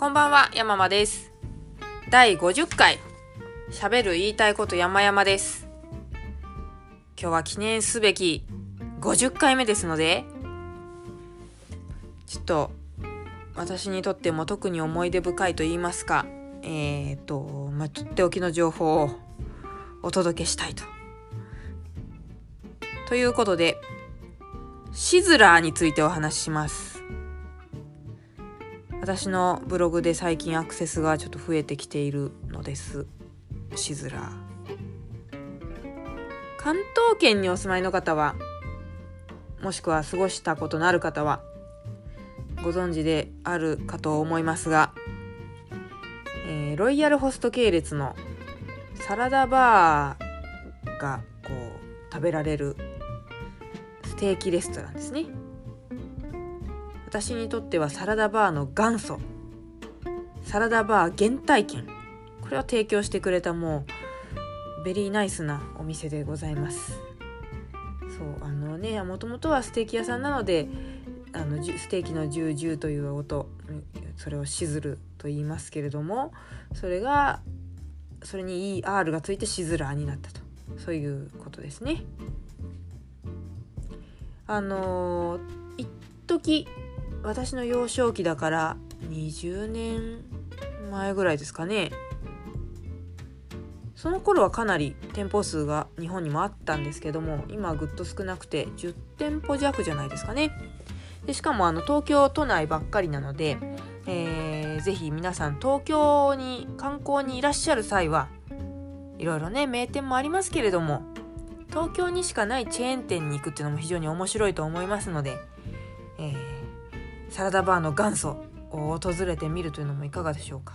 こんばんは、山間です。第50回喋る言いたいこと山々です。今日は記念すべき50回目ですので、ちょっと私にとっても特に思い出深いと言いますか、とっておきの情報をお届けしたいということで、シズラーについてお話しします。私のブログで最近アクセスがちょっと増えてきているのです。シズラー、関東圏にお住まいの方は、もしくは過ごしたことのある方はご存知であるかと思いますが、ロイヤルホスト系列のサラダバーがこう食べられるステーキレストランですね。私にとってはサラダバーの元祖、サラダバー原体験、これを提供してくれたもうベリーナイスなお店でございます。もともとはステーキ屋さんなので、ステーキのジュージューという音、それをシズルと言いますけれども、それに ER がついてシズラーになったと、そういうことですね。一時私の幼少期だから20年前ぐらいですかね。その頃はかなり店舗数が日本にもあったんですけども、今はぐっと少なくて10店舗弱じゃないですかね。でしかも東京都内ばっかりなので、ぜひ皆さん東京に観光にいらっしゃる際はいろいろね名店もありますけれども、東京にしかないチェーン店に行くっていうのも非常に面白いと思いますので、サラダバーの元祖を訪れてみるというのもいかがでしょうか。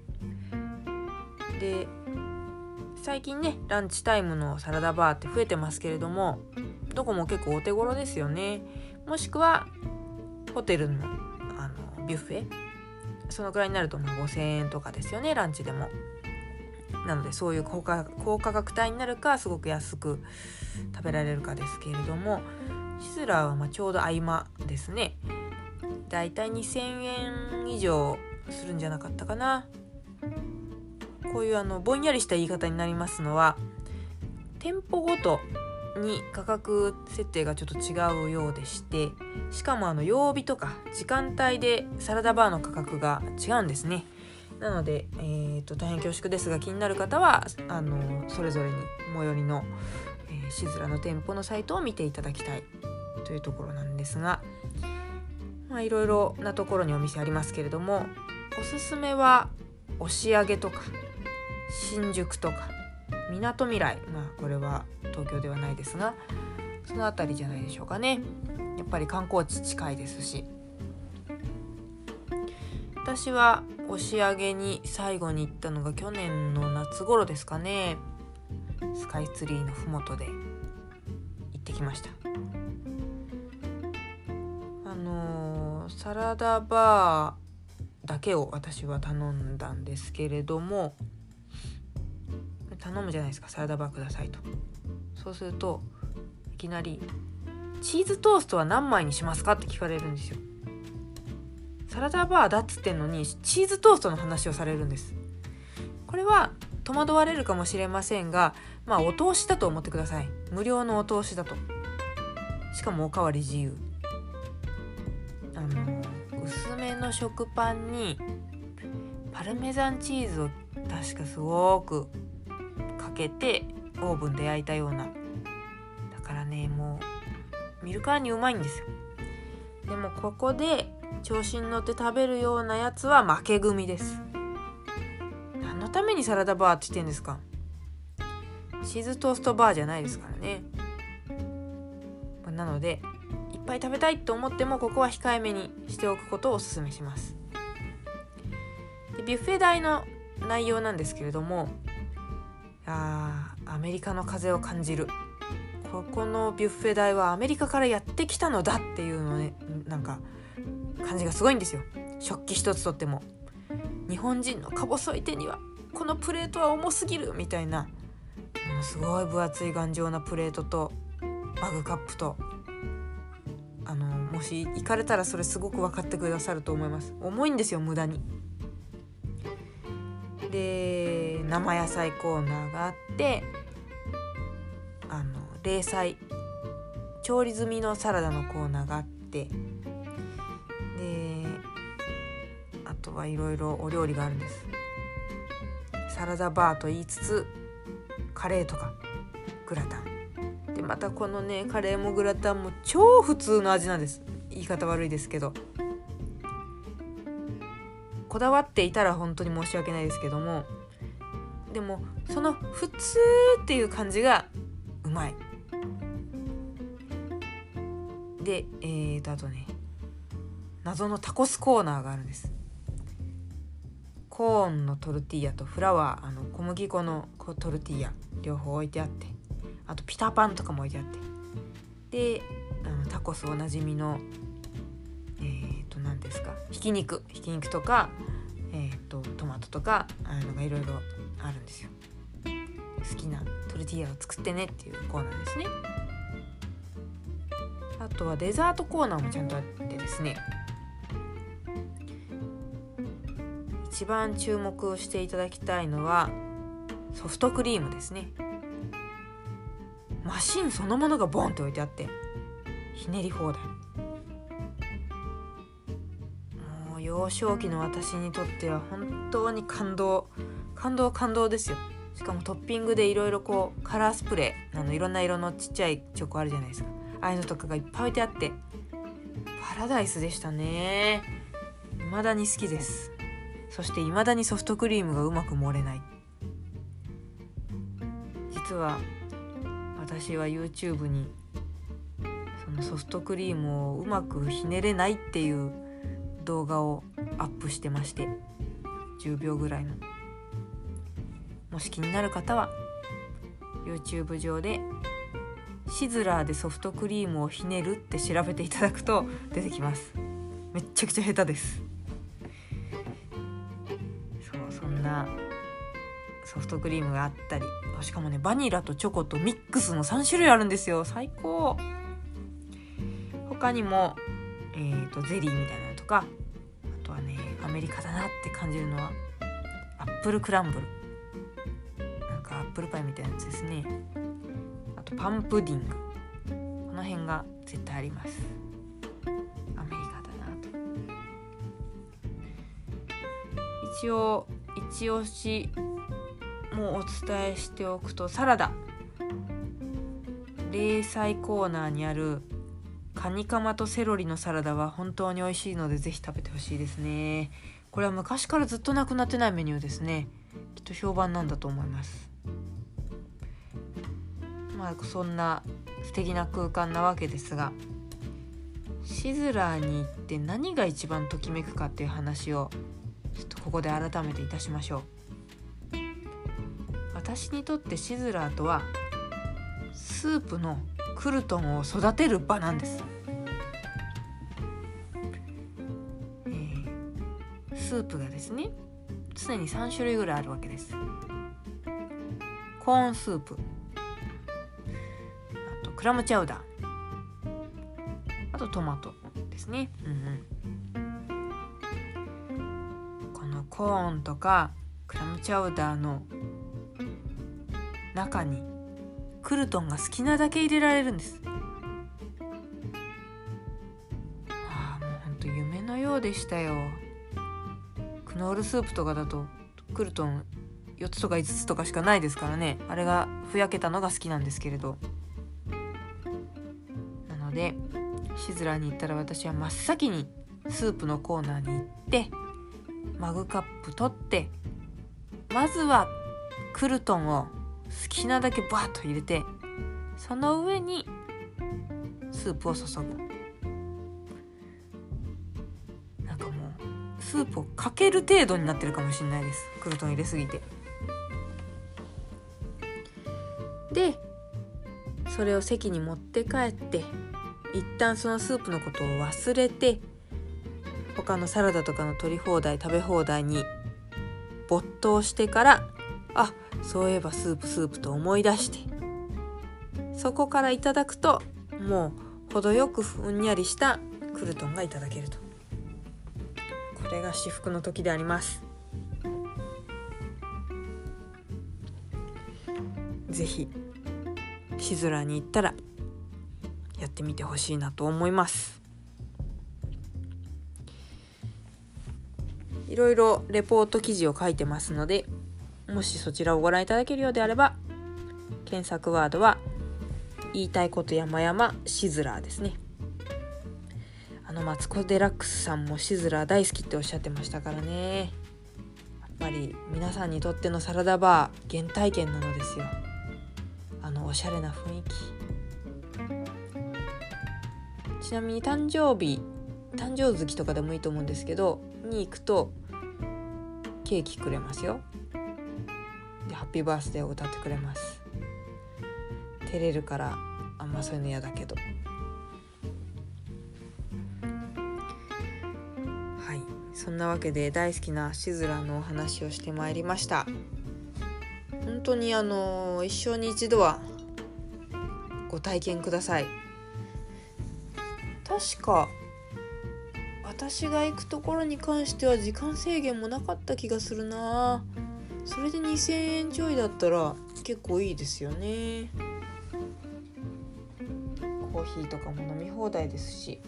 で、最近ねランチタイムのサラダバーって増えてますけれども、どこも結構お手頃ですよね。もしくはホテルのビュッフェ、そのくらいになると5000円とかですよね、ランチでも。なのでそういう高価格帯になるか、すごく安く食べられるかですけれども、シズラーはちょうど合間ですね。だいたい2000円以上するんじゃなかったかな。こういうぼんやりした言い方になりますのは、店舗ごとに価格設定がちょっと違うようでして、しかも曜日とか時間帯でサラダバーの価格が違うんですね。なので、大変恐縮ですが、気になる方はそれぞれに最寄りの、シズラの店舗のサイトを見ていただきたいというところなんですが、いろいろなところにお店ありますけれども、おすすめは押上とか新宿とかみなとみらい、これは東京ではないですが、そのあたりじゃないでしょうかね。やっぱり観光地近いですし、私は押上に最後に行ったのが去年の夏頃ですかね。スカイツリーのふもとで行ってきました。サラダバーだけを私は頼んだんですけれども、頼むじゃないですか、サラダバーくださいと。そうするといきなりチーズトーストは何枚にしますかって聞かれるんですよ。サラダバーだっつってんのにチーズトーストの話をされるんです。これは戸惑われるかもしれませんが、お通しだと思ってください。無料のお通しだと。しかもおかわり自由。薄めの食パンにパルメザンチーズを確かすごくかけてオーブンで焼いたような、だからね、もう見るからにうまいんですよ。でもここで調子に乗って食べるようなやつは負け組です。何のためにサラダバーって言ってんですか。チーズトーストバーじゃないですからね。なのでいっぱい食べたいと思っても、ここは控えめにしておくことをお勧めします。で、ビュッフェ代の内容なんですけれども、アメリカの風を感じる。ここのビュッフェ代はアメリカからやってきたのだっていうのね、なんか感じがすごいんですよ。食器一つとっても、日本人のか細い手にはこのプレートは重すぎるみたいな、すごい分厚い頑丈なプレートとマグカップと、もし行かれたらそれすごく分かってくださると思います。重いんですよ、無駄に。 で生野菜コーナーがあって、冷菜調理済みのサラダのコーナーがあって、であとはいろいろお料理があるんです。サラダバーと言いつつカレーとかグラタンで、またこのねカレーもグラタンも超普通の味なんです。言い方悪いですけど、こだわっていたら本当に申し訳ないですけども、でもその普通っていう感じがうまい。であとね、謎のタコスコーナーがあるんです。コーンのトルティーヤとフラワー、小麦粉のトルティーヤ両方置いてあって、あとピタパンとかも置いてあって、でタコスおなじみの何ですか、ひき肉とか、トマトとかのがいろいろあるんですよ。好きなトルティーヤを作ってねっていうコーナーですね。あとはデザートコーナーもちゃんとあってですね、一番注目していただきたいのはソフトクリームですね。マシンそのものがボンって置いてあってひねり放題。もう幼少期の私にとっては本当に感動ですよ。しかもトッピングでいろいろこうカラースプレー、いろんな色のちっちゃいチョコあるじゃないですか。ああいうのとかがいっぱい置いてあってパラダイスでしたね。未だに好きです。そして未だにソフトクリームがうまく盛れない。実は私は YouTube にそのソフトクリームをうまくひねれないっていう動画をアップしてまして、10秒ぐらいの。もし気になる方は YouTube 上でシズラーでソフトクリームをひねるって調べていただくと出てきます。めっちゃくちゃ下手です。そんなソフトクリームがあったり、しかもねバニラとチョコとミックスの3種類あるんですよ。最高。他にもゼリーみたいなのとか、あとはねアメリカだなって感じるのはアップルクランブル、なんかアップルパイみたいなやつですね。あとパンプディング、この辺が絶対あります。アメリカだなと。一押しもお伝えしておくと、サラダ冷菜コーナーにあるカニカマとセロリのサラダは本当に美味しいのでぜひ食べてほしいですね。これは昔からずっとなくなってないメニューですね。きっと評判なんだと思います。そんな素敵な空間なわけですが、シズラーに行って何が一番ときめくかっていう話をちょっとここで改めていたしましょう。私にとってシズラーとはスープのクルトンを育てる場なんです。スープがですね常に3種類ぐらいあるわけです。コーンスープ、あとクラムチャウダー、あとトマトですね。このコーンとかクラムチャウダーの中にクルトンが好きなだけ入れられるんです。もうほんと夢のようでしたよ。クノールスープとかだとクルトン4つとか5つとかしかないですからね。あれがふやけたのが好きなんですけれど、なのでシズラーに行ったら私は真っ先にスープのコーナーに行ってマグカップ取って、まずはクルトンを好きなだけバーッと入れて、その上にスープを注ぐ。なんかもうスープをかける程度になってるかもしれないです、クルトン入れすぎて。でそれを席に持って帰って一旦そのスープのことを忘れて、他のサラダとかの取り放題食べ放題に没頭してから、そういえばスープと思い出して、そこからいただくともう程よくふんにゃりしたクルトンがいただけると。これが至福の時であります。 ぜひシズラーに行ったらやってみてほしいなと思います。いろいろレポート記事を書いてますので、もしそちらをご覧いただけるようであれば、検索ワードは言いたいこと山々シズラーですね。マツコ・デラックスさんもシズラー大好きっておっしゃってましたからね。やっぱり皆さんにとってのサラダバー原体験なのですよ。おしゃれな雰囲気。ちなみに誕生月とかでもいいと思うんですけどに行くとケーキくれますよ。でハッピーバースデーを歌ってくれます。照れるからあんまそういうの嫌だけど、はい、そんなわけで大好きなシズラーのお話をしてまいりました。本当に一生に一度はご体験ください。確か私が行くところに関しては時間制限もなかった気がするな。それで2000円ちょいだったら結構いいですよね。コーヒーとかも飲み放題ですし、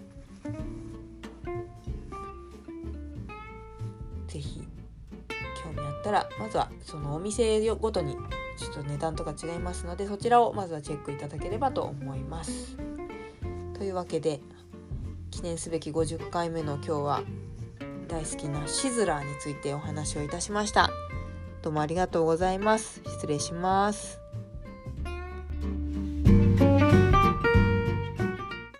ぜひ興味あったらまずはそのお店ごとにちょっと値段とか違いますので、そちらをまずはチェックいただければと思います。というわけで記念すべき50回目の今日は大好きなシズラーについてお話をいたしました。どうもありがとうございます。失礼します。